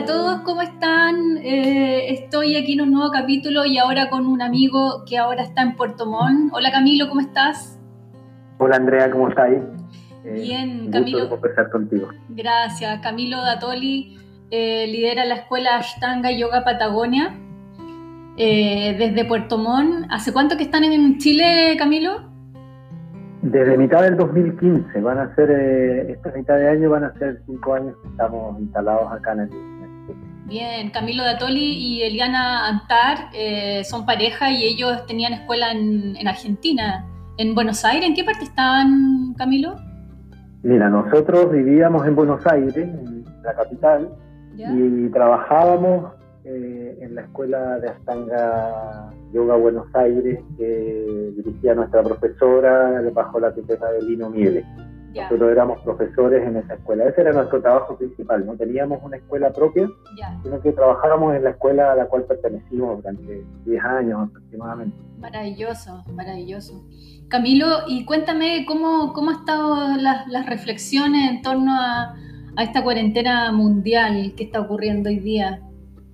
a todos, ¿cómo están? Estoy aquí en un nuevo capítulo y ahora con un amigo que ahora está en Puerto Montt. Hola Camilo, ¿cómo estás? Hola Andrea, ¿cómo estás ahí? Bien, Un Camilo. gusto de conversar contigo. Gracias. Camilo Dattoli lidera la escuela Ashtanga Yoga Patagonia desde Puerto Montt. ¿Hace cuánto que están en Chile, Camilo? Desde mitad del 2015, van a ser, esta mitad de año van a ser 5 años que estamos instalados acá en el. Bien, Camilo Dattoli y Eliana Antar son pareja y ellos tenían escuela en Argentina, en Buenos Aires. ¿En qué parte estaban, Camilo? Mira, nosotros vivíamos en Buenos Aires, en la capital, ¿ya? Y trabajábamos en la escuela de Ashtanga Yoga Buenos Aires, que dirigía nuestra profesora bajo la tutela de Lino Miele. Ya. Nosotros éramos profesores en esa escuela. Ese era nuestro trabajo principal. No teníamos una escuela propia, ya, sino que trabajábamos en la escuela a la cual pertenecimos durante 10 años aproximadamente. Maravilloso, maravilloso. Camilo, y cuéntame cómo han estado las reflexiones en torno a esta cuarentena mundial que está ocurriendo hoy día.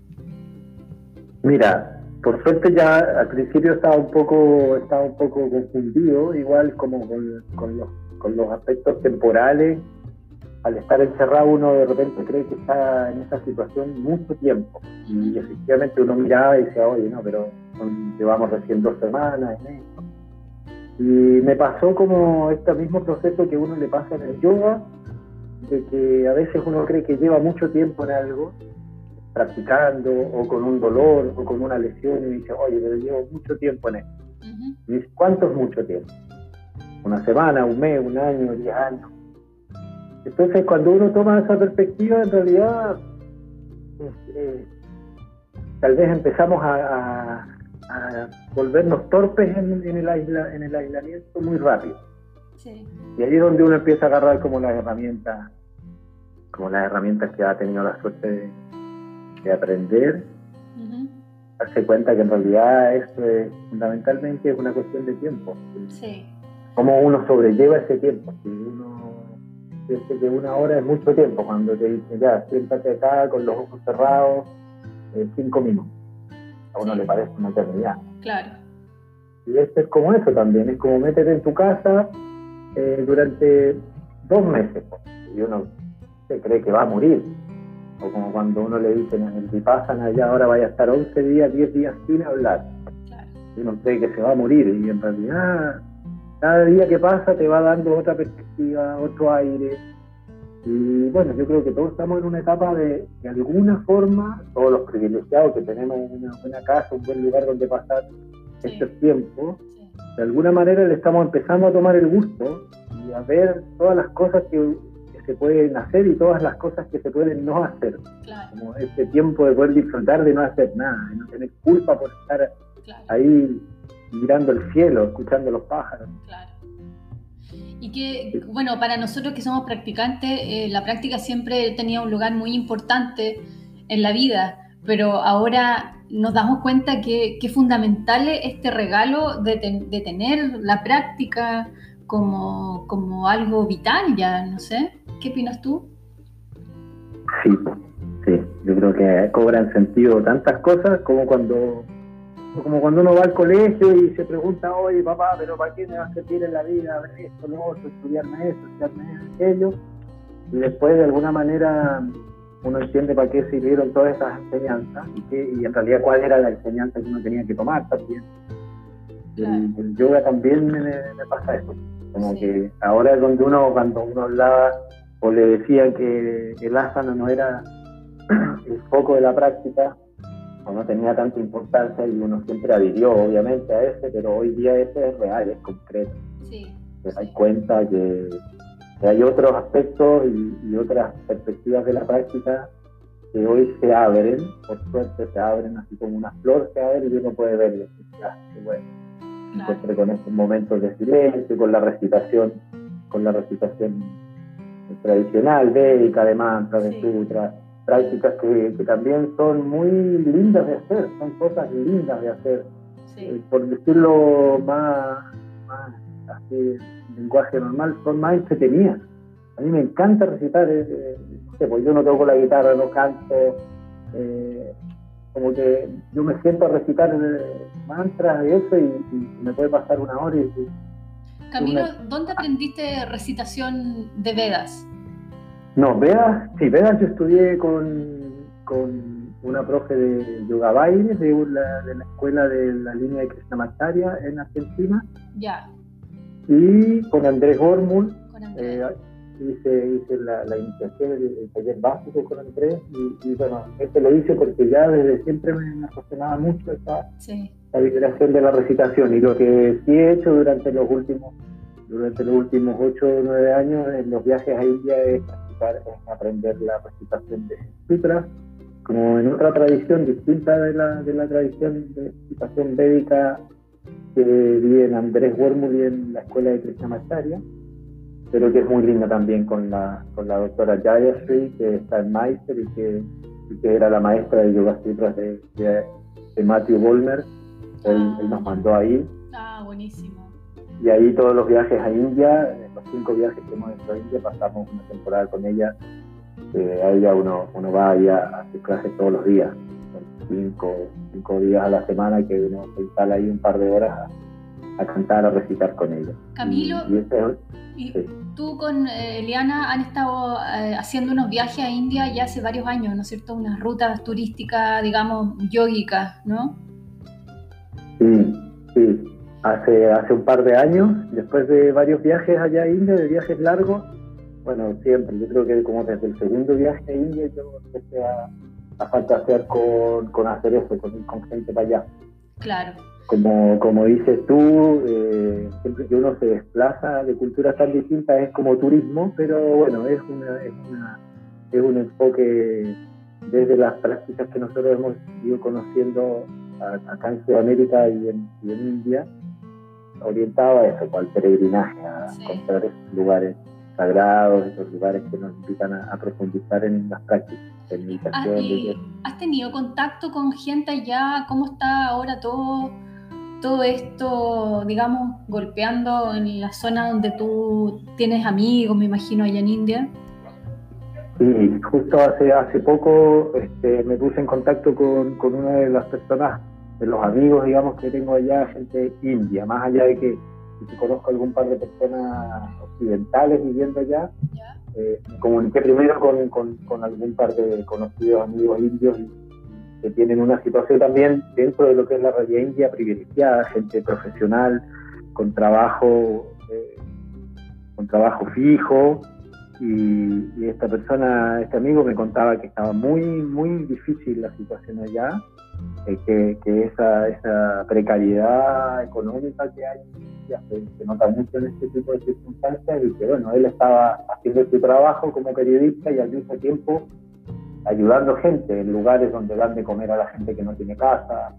Mira, por suerte ya al principio estaba un poco confundido, igual como con los aspectos temporales. Al estar encerrado uno de repente cree que está en esa situación mucho tiempo, y efectivamente uno miraba y decía, oye, no, pero llevamos recién 2 semanas en esto. Y me pasó como este mismo proceso que uno le pasa en el yoga, de que a veces uno cree que lleva mucho tiempo en algo, practicando, o con un dolor, o con una lesión, y dice, oye, pero llevo mucho tiempo en esto. Y dice, ¿cuánto es mucho tiempo? ¿Una semana, un mes, un año, 10 años? Entonces, cuando uno toma esa perspectiva, en realidad, tal vez empezamos a volvernos torpes en el aislamiento muy rápido. Sí. Y ahí es donde uno empieza a agarrar como las herramientas que ha tenido la suerte de aprender, darse cuenta que en realidad esto fundamentalmente es una cuestión de tiempo. Sí. Cómo uno sobrelleva ese tiempo. Si uno piensa que 1 hora es mucho tiempo, cuando te dicen, ya, siéntate acá con los ojos cerrados 5 minutos. A uno le parece una eternidad. Claro. Y esto es como eso también, es como métete en tu casa durante 2 meses, y uno se cree que va a morir. O como cuando uno le dicen en el Vipassana, ya ahora vaya a estar 11 días, 10 días sin hablar. Claro. Y uno cree que se va a morir, y en realidad cada día que pasa te va dando otra perspectiva, otro aire. Y bueno, yo creo que todos estamos en una etapa de alguna forma, todos los privilegiados que tenemos una buena casa, un buen lugar donde pasar estos tiempos, de alguna manera le estamos empezando a tomar el gusto y a ver todas las cosas que se pueden hacer y todas las cosas que se pueden no hacer. Claro. Como este tiempo de poder disfrutar de no hacer nada, de no tener culpa por estar ahí mirando el cielo, escuchando los pájaros. Claro. Y que, bueno, para nosotros que somos practicantes, la práctica siempre tenía un lugar muy importante en la vida, pero ahora nos damos cuenta que es fundamental este regalo de tener la práctica como algo vital ya, no sé. ¿Qué opinas tú? Sí, yo creo que cobran sentido tantas cosas como cuando uno va al colegio y se pregunta, oye papá, pero ¿para qué me va a servir en la vida? Ver esto, lo otro, estudiarme aquello, y después de alguna manera uno entiende para qué sirvieron todas esas enseñanzas y en realidad cuál era la enseñanza que uno tenía que tomar también. Claro. El yoga también me pasa eso, como que ahora es donde cuando uno hablaba o le decían que el asana no era el foco de la práctica, o no tenía tanta importancia, y uno siempre adhirió obviamente a ese, pero hoy día ese es real, es concreto. Sí. Te das cuenta que hay otros aspectos y otras perspectivas de la práctica que hoy se abren, por suerte se abren así como una flor se abre y uno puede verlo. Qué bueno. Claro. Encontré con estos momentos de silencio, con la recitación tradicional, védica, de mantras, de sutras, prácticas que también son muy lindas de hacer, son cosas lindas de hacer. Sí. Por decirlo más así, en lenguaje normal, son más entretenidas. A mí me encanta recitar, pues yo no toco la guitarra, no canto, como que yo me siento a recitar mantras de eso y me puede pasar una hora y Camilo, ¿dónde aprendiste recitación de Vedas? No, Vedas yo estudié con una profe de yoga baile de la escuela de la línea de Krishnamacharya en Argentina. Ya. Y con Andrés Gormul hice la iniciación, el taller básico con Andrés, y bueno, esto lo hice porque ya desde siempre me apasionaba mucho la vibración de la recitación, y lo que sí he hecho durante los últimos 8 o 9 años en los viajes a India es aprender la recitación de sutras, como en otra tradición distinta de la tradición de recitación védica que vi en Andrés Wormul y en la escuela de Krishnamacharya, pero que es muy linda también con la doctora Jayashree, que está en Mysore y que era la maestra de Yoga Sutras de Matthew Vollmer. Él nos mandó ahí. Buenísimo. Y ahí todos los viajes a India, los 5 viajes que hemos hecho a India, pasamos una temporada con ella. A ella uno va ahí a hacer clases todos los días, 5 días a la semana, que uno se instala ahí un par de horas a cantar, a recitar con ella. Camilo, y tú con Eliana han estado haciendo unos viajes a India ya hace varios años, ¿no es cierto? Unas rutas turísticas, digamos, yógicas, ¿no? Sí. Hace un par de años, después de varios viajes allá a India, de viajes largos, bueno, siempre, yo creo que como desde el segundo viaje a India yo empecé a fantasear con hacer eso, con ir con gente para allá. Claro. Como dices tú, siempre que uno se desplaza de culturas tan distintas es como turismo, pero bueno, es un enfoque desde las prácticas que nosotros hemos ido conociendo acá en Sudamérica y en India, orientado a eso, al peregrinaje, a encontrar esos lugares sagrados, esos lugares que nos invitan a profundizar en las prácticas de meditación. ¿Has tenido contacto con gente allá? ¿Cómo está ahora todo esto, digamos, golpeando en la zona donde tú tienes amigos, me imagino, allá en India? Sí, justo hace poco me puse en contacto con una de las personas, de los amigos, digamos, que tengo allá, gente india, más allá de que conozco algún par de personas occidentales viviendo allá. Me comuniqué primero con algún par de conocidos amigos indios que tienen una situación también dentro de lo que es la realidad india privilegiada, gente profesional, con trabajo fijo, y esta persona, este amigo me contaba que estaba muy, muy difícil la situación allá, que esa precariedad económica que hay se nota mucho en este tipo de circunstancias, y que bueno, él estaba haciendo su trabajo como periodista y al mismo tiempo ayudando gente en lugares donde dan de comer a la gente que no tiene casa,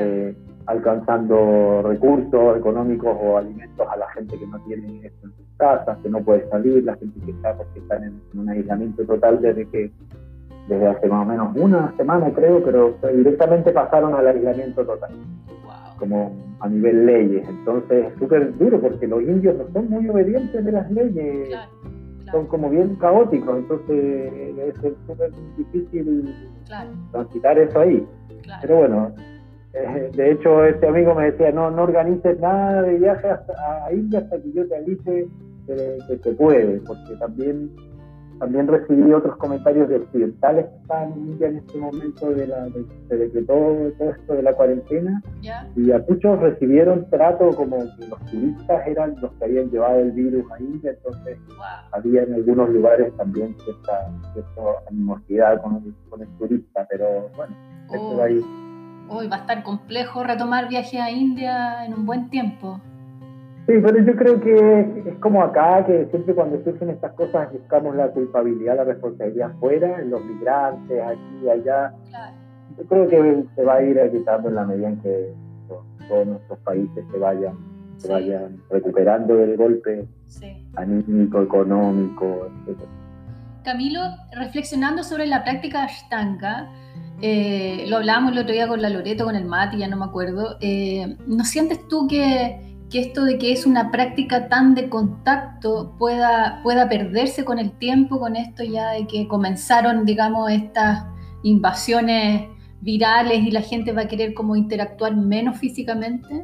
alcanzando recursos económicos o alimentos a la gente que no tiene esto en sus casas, que no puede salir, la gente que está porque están en un aislamiento total desde hace más o menos una semana, creo, pero directamente pasaron al aislamiento total. Como a nivel leyes. Entonces es súper duro porque los indios no son muy obedientes de las leyes. Claro. Son como bien caóticos, entonces debe ser súper difícil transitar eso ahí. Claro. Pero bueno, de hecho este amigo me decía, no organices nada de viaje a India hasta que yo te avise que se puede, porque también recibí otros comentarios de occidentales que estaban en India en este momento se decretó todo esto de la cuarentena, y a muchos recibieron trato como que los turistas eran los que habían llevado el virus a India, entonces había en algunos lugares también cierta animosidad con el turista, pero bueno, eso va ahí. Hoy va a estar complejo retomar viaje a India en un buen tiempo. Sí, pero yo creo que es como acá, que siempre cuando surgen estas cosas buscamos la culpabilidad, la responsabilidad afuera, en los migrantes, aquí y allá. Claro. Yo creo que se va a ir quitando en la medida en que todos nuestros países se vayan recuperando del golpe anímico, económico, etc. Camilo, reflexionando sobre la práctica Ashtanga, lo hablábamos el otro día con la Loreto, con el Mati, ya no me acuerdo, ¿no sientes tú que esto de que es una práctica tan de contacto pueda perderse con el tiempo, con esto ya de que comenzaron, digamos, invasiones virales y la gente va a querer como interactuar menos físicamente?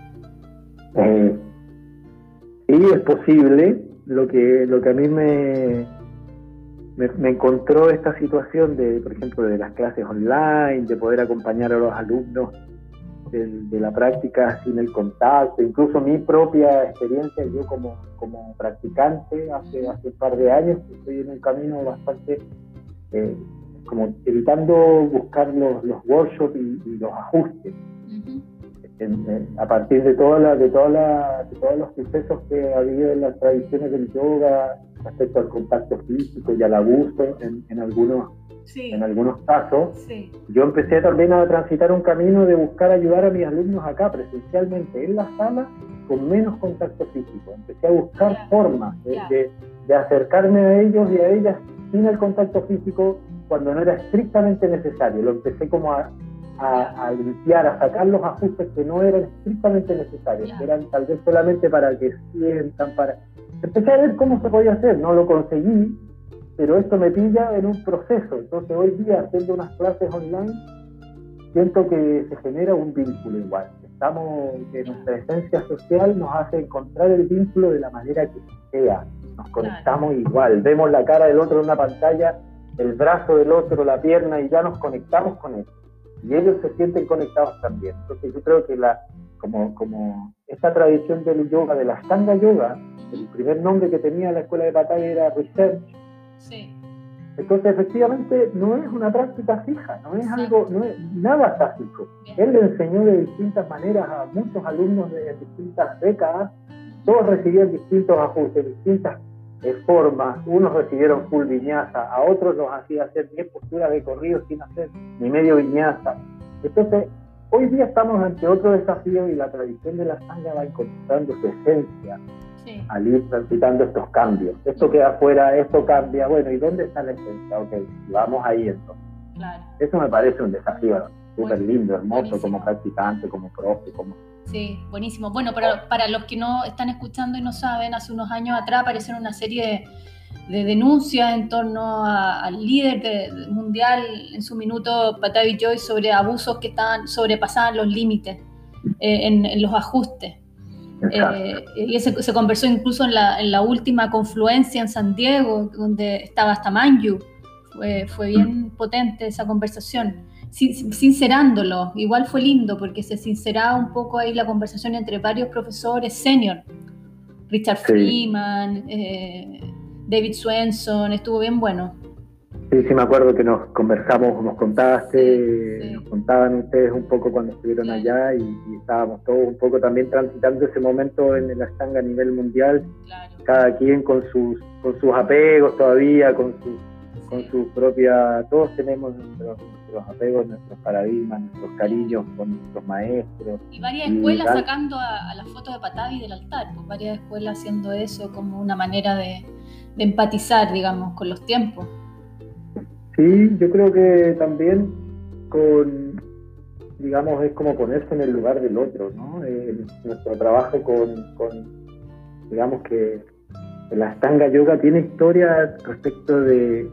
Sí, es posible. Lo que a mí me encontró esta situación de, por ejemplo, de las clases online, de poder acompañar a los alumnos de la práctica sin el contacto, incluso mi propia experiencia, yo como practicante hace un par de años, estoy en un camino bastante como evitando buscar los workshops y los ajustes. A partir de todos los sucesos que ha habido en las tradiciones del yoga respecto al contacto físico y al abuso en algunos casos, yo empecé también a transitar un camino de buscar ayudar a mis alumnos acá presencialmente en la sala con menos contacto físico. Empecé a buscar formas de acercarme a ellos y a ellas sin el contacto físico cuando no era estrictamente necesario. Lo empecé como a limpiar, a sacar los ajustes que no eran estrictamente necesarios, que eran tal vez solamente para que sientan, empecé a ver cómo se podía hacer. No lo conseguí, pero esto me pilla en un proceso. Entonces hoy día, haciendo unas clases online, siento que se genera un vínculo igual. Que nuestra esencia social nos hace encontrar el vínculo de la manera que sea. Nos conectamos igual, vemos la cara del otro en una pantalla, el brazo del otro, la pierna, y ya nos conectamos con él. Y ellos se sienten conectados también. Entonces yo creo que como esta tradición del yoga, de la Ashtanga Yoga, el primer nombre que tenía la escuela de Pattaya era Research. Sí. Entonces efectivamente no es una práctica fija, no es nada estático. Él le enseñó de distintas maneras a muchos alumnos de distintas décadas, todos recibían distintos ajustes, distintas formas. Unos recibieron full viñasa, a otros los hacía hacer 10 posturas de corrido sin hacer ni medio viñasa. Entonces, hoy día estamos ante otro desafío y la tradición de la Ashtanga va encontrando su esencia al ir transitando estos cambios. Esto queda afuera, esto cambia. Bueno, ¿y dónde está la esencia? Ok, vamos ahí entonces. Claro. Eso me parece un desafío súper lindo, hermoso, como practicante, como profe, Sí, buenísimo. Bueno, para los que no están escuchando y no saben, hace unos años atrás aparecieron una serie de denuncias en torno al líder mundial en su minuto, Pattabhi Joy, sobre abusos que sobrepasaban los límites en los ajustes. Y se conversó incluso en la última confluencia en San Diego, donde estaba hasta Manju. Fue bien potente esa conversación. Sincerándolo, igual fue lindo porque se sinceraba un poco ahí la conversación entre varios profesores senior, Richard Freeman, David Swenson, estuvo bien bueno. Sí, me acuerdo que nos conversamos, nos contaste, nos contaban ustedes un poco cuando estuvieron allá y estábamos todos un poco también transitando ese momento en el Ashtanga a nivel mundial, cada quien con sus apegos todavía, con su propia, todos tenemos nuestros apegos, nuestros paradigmas, nuestros cariños con nuestros maestros. Y varias escuelas sacando a las fotos de Pattabhi del altar, pues varias escuelas haciendo eso como una manera de empatizar, digamos, con los tiempos. Sí, yo creo que también digamos, es como ponerse en el lugar del otro, ¿no? Nuestro trabajo digamos que la Ashtanga Yoga tiene historia respecto de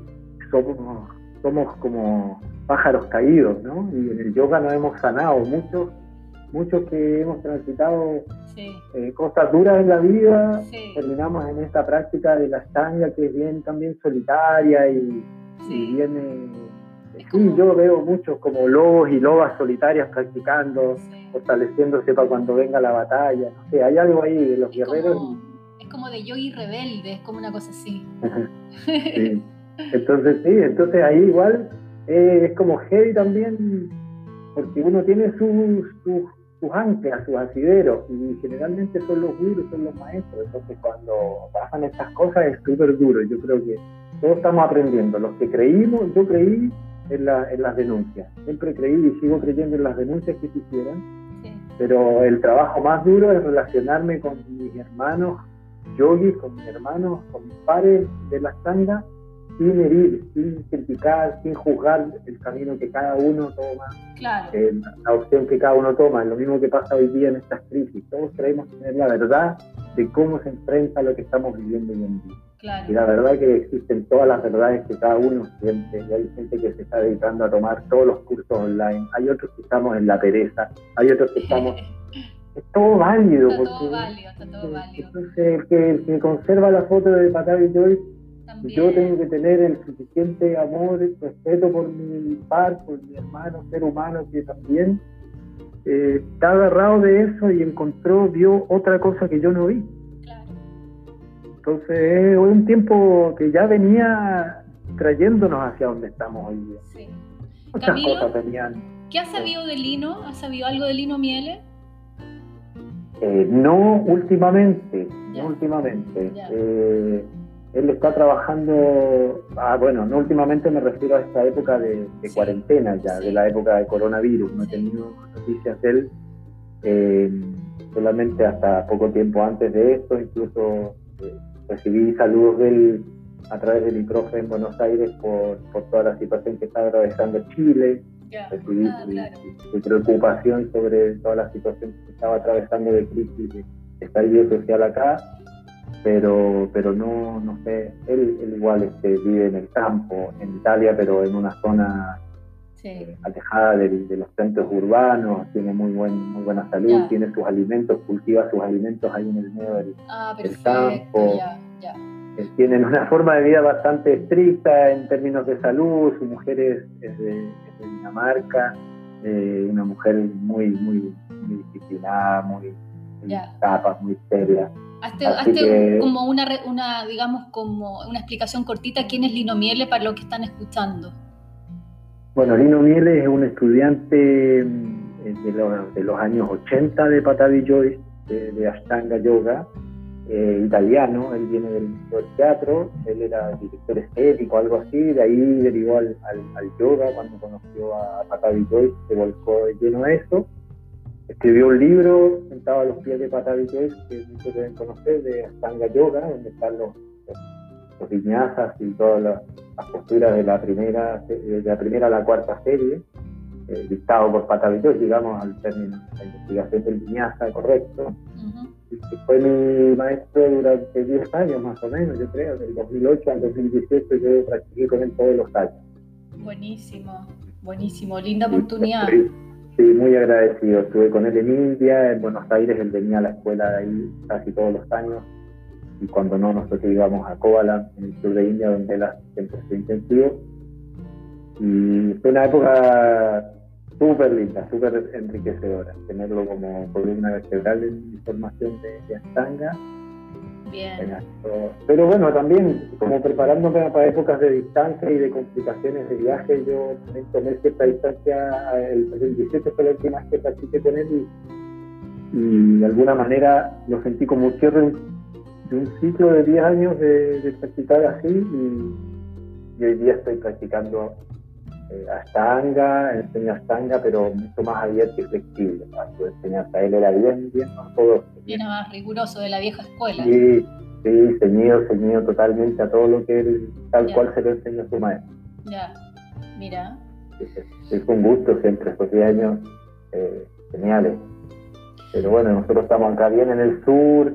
somos como pájaros caídos, ¿no? Y en el yoga nos hemos sanado, muchos que hemos transitado cosas duras en la vida, terminamos en esta práctica de la Ashtanga que es bien también solitaria y viene... Sí, yo veo muchos como lobos y lobas solitarias practicando, fortaleciéndose para cuando venga la batalla. No sé, hay algo ahí de los guerreros. Es como de yogi rebelde, es como una cosa así. Sí. Entonces ahí igual es como heavy también, porque uno tiene sus anclas, sus asideros, y generalmente son los gurus, son los maestros. Entonces cuando pasan estas cosas es súper duro. Yo creo que todos estamos aprendiendo. Los que creímos, yo creí en las denuncias, siempre creí y sigo creyendo en las denuncias que se hicieran, pero el trabajo más duro es relacionarme con mis hermanos yogis, con mis hermanos, con mis pares de la Ashtanga, sin herir, sin criticar, sin juzgar el camino que cada uno toma, Claro. la opción que cada uno toma. Es lo mismo que pasa hoy día en estas crisis. Todos creemos tener la verdad de cómo se enfrenta lo que estamos viviendo hoy en día. Claro. Y la verdad que existen todas las verdades que cada uno siente. Y hay gente que se está dedicando a tomar todos los cursos online. Hay otros que estamos en la pereza. Hay otros que estamos... Es todo válido. Está porque, todo válido, está todo válido. Entonces, el que conserva la foto de Patavi Joyce, También. yo tengo que tener el suficiente amor, respeto por mi par, por mi hermano, ser humano que también está agarrado de eso y vio otra cosa que yo no vi. Claro. Entonces es un tiempo que ya venía trayéndonos hacia donde estamos hoy día. Sí. Muchas Camilo, cosas venían. ¿qué has sabido de Lino? ¿Has sabido algo de Lino Miele? No últimamente, Ya. no últimamente. Ya. Él está trabajando, no últimamente, me refiero a esta época de Sí. cuarentena ya, Sí. de la época de coronavirus. No he Sí. tenido noticias de él solamente hasta poco tiempo antes de esto. Incluso recibí saludos de él a través de mi profe en Buenos Aires por toda la situación que está atravesando Chile. Ya. Recibí Claro. su preocupación sobre toda la situación que estaba atravesando de crisis de estallido social acá, pero no sé, él igual vive en el campo, en Italia, pero en una zona Sí. alejada de los centros urbanos, tiene muy buena salud, Ya. tiene sus alimentos, cultiva sus alimentos ahí en el medio del Perfecto, campo. ya. Tienen una forma de vida bastante estricta en términos de salud. Su mujer es de Dinamarca, una mujer muy disciplinada, muy capaz, muy seria. Hazte como una, digamos, como una explicación cortita. ¿Quién es Lino Miele para los que están escuchando? Bueno, Lino Miele es un estudiante de los años 80 de Patavi Joyce, de Ashtanga Yoga, italiano. Él viene del teatro, él era director escénico, algo así, de ahí derivó al yoga. Cuando conoció a Patavi Joyce se volcó de lleno a eso. Escribió un libro sentado a los pies de Patavi Joyce, que muchos deben conocer, de Ashtanga Yoga, donde están los viñasas y todas las posturas de la primera a la cuarta serie, dictado por Patavi Joyce, digamos, al término de la investigación del viñasa correcto. Uh-huh. Que fue mi maestro durante 10 años más o menos, yo creo, del 2008 al 2018 yo practiqué con él todos los años. Buenísimo, linda oportunidad. Sí, muy agradecido. Estuve con él en India, en Buenos Aires. Él venía a la escuela de ahí casi todos los años, y cuando no, nosotros íbamos a Kovala, en el sur de India, donde él hace siempre su intensivo. Y fue una época súper linda, súper enriquecedora, tenerlo como columna vertebral en mi formación de Ashtanga. Bien. Pero bueno, también como preparándome para épocas de distancia y de complicaciones de viaje, yo también tomé cierta distancia. El 2017 fue la última vez que practiqué con él, y de alguna manera lo sentí como un cierre de un ciclo de 10 años de practicar así, y hoy día estoy practicando Ashtanga, enseño Ashtanga, pero mucho más abierto y flexible. Su enseñanza, él era bien ortodoxo. Bien más riguroso, de la vieja escuela. Sí, ceñido totalmente a todo lo que él, tal cual se lo enseñó su maestro. Ya, mira. Es un gusto siempre, estos 10 años geniales. Pero bueno, nosotros estamos acá bien en el sur,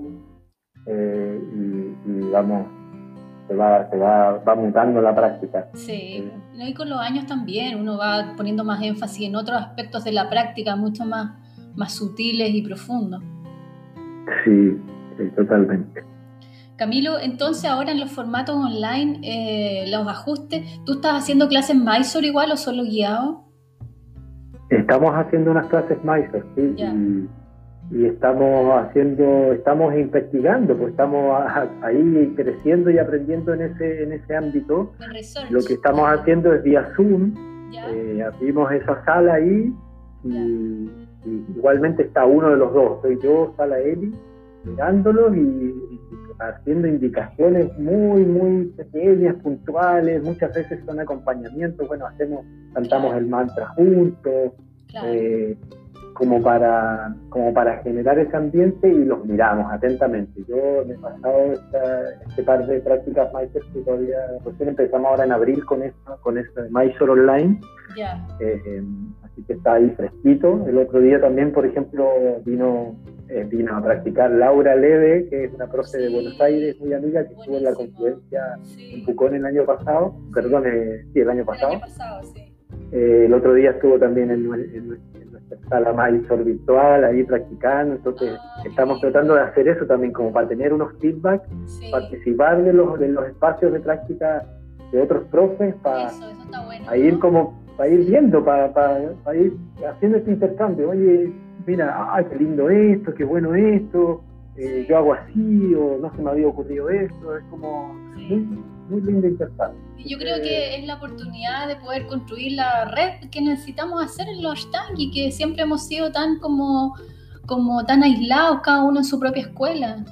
y vamos, se va mutando la práctica. Sí, y con los años también uno va poniendo más énfasis en otros aspectos de la práctica, mucho más sutiles y profundos. Sí, totalmente. Camilo, entonces ahora en los formatos online, los ajustes, ¿tú estás haciendo clases Mysore igual o solo guiado? Estamos haciendo unas clases Mysore, sí, y estamos investigando, pues estamos ahí creciendo y aprendiendo en ese ámbito. Lo que estamos haciendo es vía Zoom. Abrimos esa sala ahí, y igualmente está uno de los dos, soy yo, sala Eli, mirándolos y haciendo indicaciones muy pequeñas, puntuales. Muchas veces son acompañamientos. Bueno, cantamos el mantra juntos. como para generar ese ambiente, y los miramos atentamente. Yo me he pasado este par de prácticas Mysore que todavía recién empezamos ahora en abril con esta de Mysore Online. Ya. Así que está ahí fresquito. El otro día también, por ejemplo, vino a practicar Laura Leve, que es una profe de Buenos Aires, muy amiga, que estuvo en la Confluencia en Pucón el año pasado. Perdón, sí, el año pasado. El año pasado, sí. El otro día estuvo también en nuestra sala Mysore virtual, ahí practicando. Entonces estamos tratando de hacer eso también, como para tener unos feedbacks, participar de los espacios de práctica de otros profes, para ir como para ir viendo, para ir haciendo este intercambio. Oye, mira, qué lindo esto, qué bueno esto, yo hago así, o no se me había ocurrido esto. Es como muy lindo intercambio. Yo creo que es la oportunidad de poder construir la red que necesitamos hacer en los Ashtanga, que siempre hemos sido tan como tan aislados, cada uno en su propia escuela.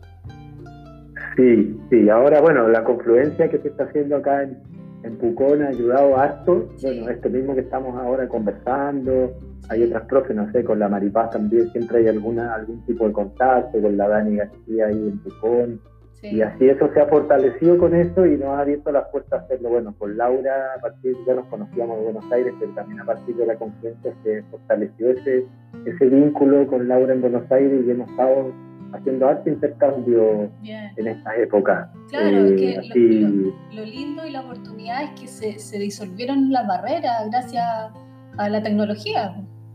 Sí, ahora bueno, la confluencia que se está haciendo acá en Pucón ha ayudado harto. Bueno, esto mismo que estamos ahora conversando, hay otras profes, no sé, con la Maripaz también siempre hay algún tipo de contacto, con la Dani García ahí en Pucón. Y así eso se ha fortalecido con eso y nos ha abierto las puertas a hacerlo. Bueno, con Laura, ya nos conocíamos de Buenos Aires, pero también a partir de la confluencia se fortaleció ese vínculo con Laura en Buenos Aires, y hemos estado haciendo harto intercambio en estas épocas. Claro, es que lo lindo y la oportunidad es que se disolvieron las barreras gracias a la tecnología.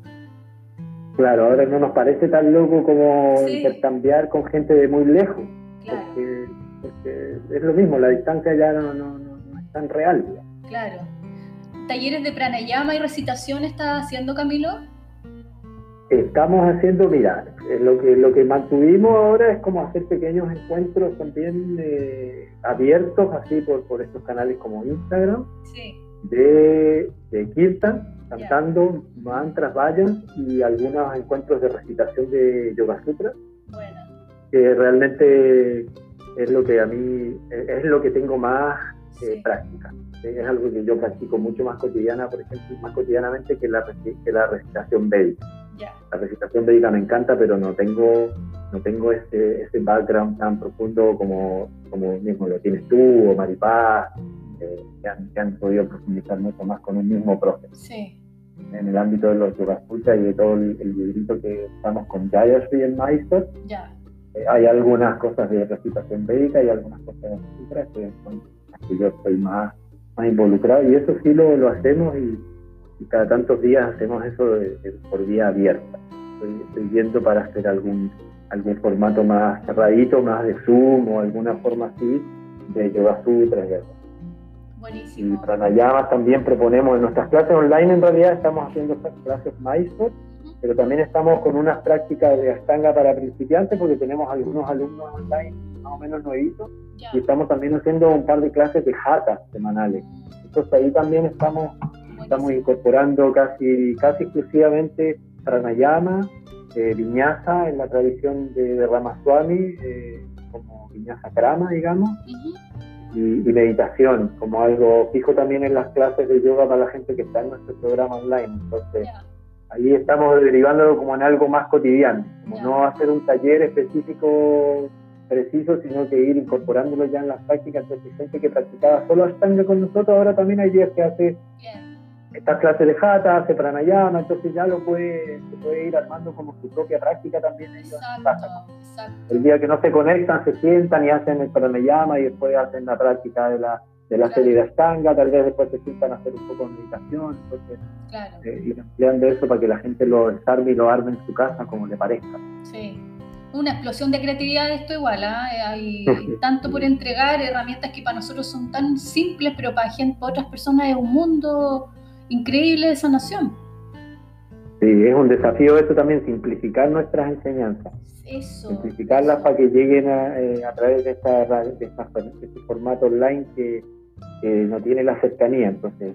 Claro, ahora no nos parece tan loco como intercambiar con gente de muy lejos. Claro. Porque es lo mismo, la distancia ya no es tan real. Claro. ¿Talleres de pranayama y recitación estás haciendo, Camilo? Estamos haciendo, mira, lo que mantuvimos ahora es como hacer pequeños encuentros también abiertos, así por estos canales como Instagram, de Kirtan, cantando mantras, vayan, y algunos encuentros de recitación de Yoga Sutra. Bueno. Que realmente es lo que a mí es lo que tengo más práctica. Es algo que yo practico mucho más cotidianamente que la recitación védica. La recitación védica me encanta, pero no tengo ese background tan profundo como mismo lo tienes tú o Maripaz, que han podido profundizar mucho más con un mismo profe. En el ámbito de los Yoga Sutra y de todo el librito que estamos con Jayashri en Mysore. Hay algunas cosas de recitación védica y algunas cosas de sutra que son las que yo estoy más involucrado, y eso sí lo hacemos, y cada tantos días hacemos eso por vía abierta. Estoy viendo para hacer algún formato más cerradito, más de Zoom o alguna forma así de Yoga Sutra. Buenísimo. Y pranayamas también proponemos en nuestras clases online. En realidad estamos haciendo estas clases Mysore, pero también estamos con unas prácticas de Ashtanga para principiantes, porque tenemos algunos alumnos online más o menos nuevitos, y estamos también haciendo un par de clases de Hatha semanales. Entonces ahí también estamos incorporando casi exclusivamente pranayama, viñasa en la tradición de Ramaswamy, como viñasa krama, digamos, y meditación como algo fijo también en las clases de yoga para la gente que está en nuestro programa online. Entonces ahí estamos derivándolo como en algo más cotidiano, como no hacer un taller específico preciso, sino que ir incorporándolo ya en las prácticas. Entonces gente que practicaba solo Ashtanga con nosotros, ahora también hay días que hace estas clases de Hatha, hace pranayama, entonces ya se puede ir armando como su propia práctica también. Exacto. El día que no se conectan, se sientan y hacen el pranayama, y después hacen la práctica de la serie de Ashtanga, tal vez después se sientan a hacer un poco de meditación. Entonces ir empleando eso para que la gente lo desarme y lo arme en su casa como le parezca. Sí. Una explosión de creatividad esto igual, hay tanto por entregar, herramientas que para nosotros son tan simples, pero para otras personas es un mundo increíble de sanación. Sí, es un desafío eso también, simplificar nuestras enseñanzas. Simplificarlas para que lleguen a través de este formato online que no tiene la cercanía. Entonces,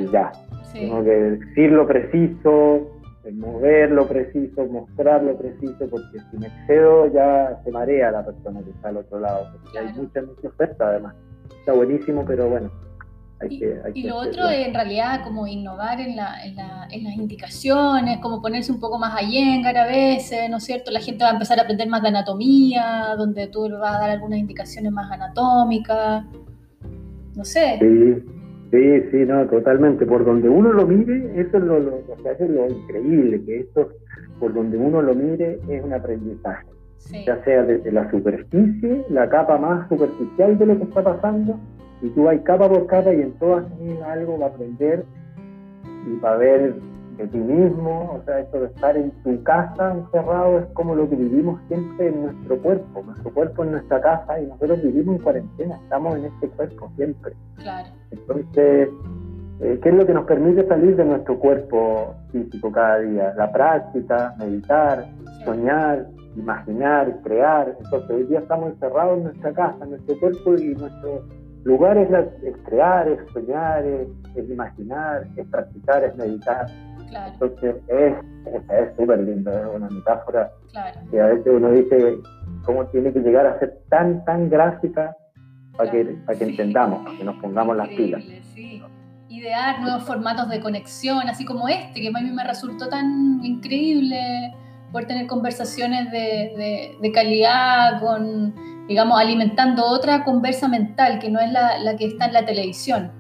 tengo que decir lo preciso, mover lo preciso, mostrar lo preciso, porque si me excedo ya se marea la persona que está al otro lado, porque hay mucha oferta además. Está buenísimo, pero bueno, Hay Y que lo otro hacerlo. es en realidad como innovar en las indicaciones, como ponerse un poco más alléngar a veces, ¿no es cierto? La gente va a empezar a aprender más de anatomía, donde tú le vas a dar algunas indicaciones más anatómicas, no sé. Sí, sí, sí, no, totalmente. Por donde uno lo mire, eso es o sea, eso es lo increíble, que esto, por donde uno lo mire, es un aprendizaje. Sí, Ya sea desde la superficie, la capa más superficial de lo que está pasando, y tú vas capa por capa y en todas tienes algo para aprender y para ver de ti mismo. O sea, esto de estar en tu casa encerrado es como lo que vivimos siempre en nuestro cuerpo en nuestra casa, y nosotros vivimos en cuarentena, estamos en este cuerpo siempre. claro, Entonces, ¿qué es lo que nos permite salir de nuestro cuerpo físico cada día? La práctica, meditar, sí, soñar, imaginar, crear. Entonces, hoy día estamos encerrados en nuestra casa, en nuestro cuerpo, y nuestro lugar es crear, es soñar, es imaginar, es practicar, es meditar. claro, Entonces, es súper lindo, es una metáfora claro, que a veces uno dice cómo tiene que llegar a ser tan, tan gráfica claro, para que sí, entendamos, para que nos pongamos las pilas. increíble, sí. Idear nuevos formatos de conexión, así como este, que a mí me resultó tan increíble poder tener conversaciones de calidad, con, digamos, alimentando otra conversa mental, que no es la que está en la televisión.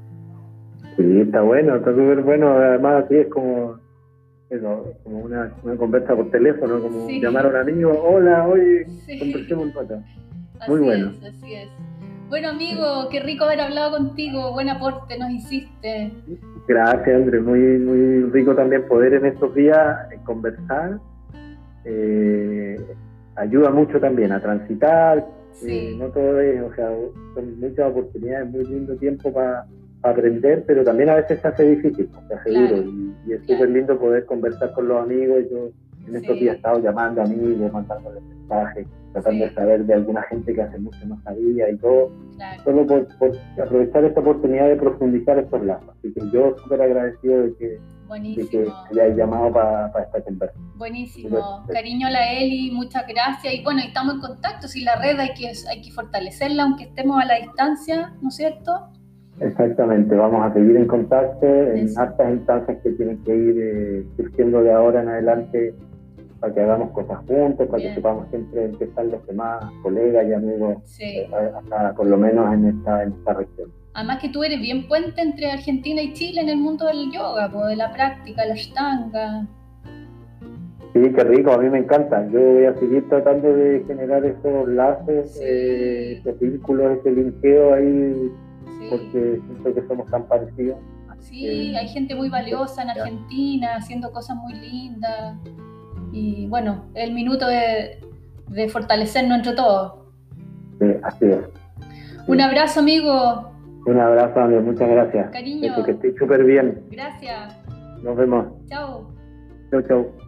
Sí, está súper bueno. Además, así es como, eso, como una conversa por teléfono, como llamar a Sí, un amigo. Hola, oye, conversemos sí, un rato. Muy así bueno. es, así es. Bueno, Sí. amigo, qué rico haber hablado contigo, buen aporte nos hiciste. Gracias, André. Muy, muy rico también poder en estos días conversar. Eh, Ayuda mucho también a transitar. Sí, No todo es, o sea, son muchas oportunidades, muy lindo tiempo para aprender, pero también a veces se hace difícil, se hace duro, claro, y es súper claro, lindo poder conversar con los amigos. Yo en estos días he sí, estado llamando a amigos, mandándoles mensajes, tratando de sí, saber de alguna gente que hace mucho no sabía, y todo, claro. solo por aprovechar esta oportunidad de profundizar estos lazos. Así que yo súper agradecido de que Buenísimo. hayáis llamado para esta conversación. Súper, Buenísimo. Cariño a la Eli, muchas gracias. Y bueno, estamos en contacto. Si la red hay que fortalecerla, aunque estemos a la distancia, ¿no es cierto? exactamente, vamos a seguir en contacto en Eso. hartas instancias que tienen que ir surgiendo de ahora en adelante, para que hagamos cosas juntos, para que Bien. sepamos siempre en qué están los demás colegas y amigos, Sí. acá, por lo menos en esta región. Además que tú eres bien puente entre Argentina y Chile en el mundo del yoga, pues, de la práctica, la ashtanga. Sí, qué rico, a mí me encanta. Yo voy a seguir tratando de generar esos lazos, Sí, esos vínculos, ese linkeo ahí, sí. porque siento que somos tan parecidos. Así Sí, hay gente muy valiosa en ya, Argentina haciendo cosas muy lindas. Y bueno, el minuto de fortalecernos entre todos. sí, así es. Un Sí. abrazo, amigo. Un abrazo, Andrés, muchas gracias. Cariño. Eso, que estés súper bien. Gracias. Nos vemos. Chao. Chau, chau.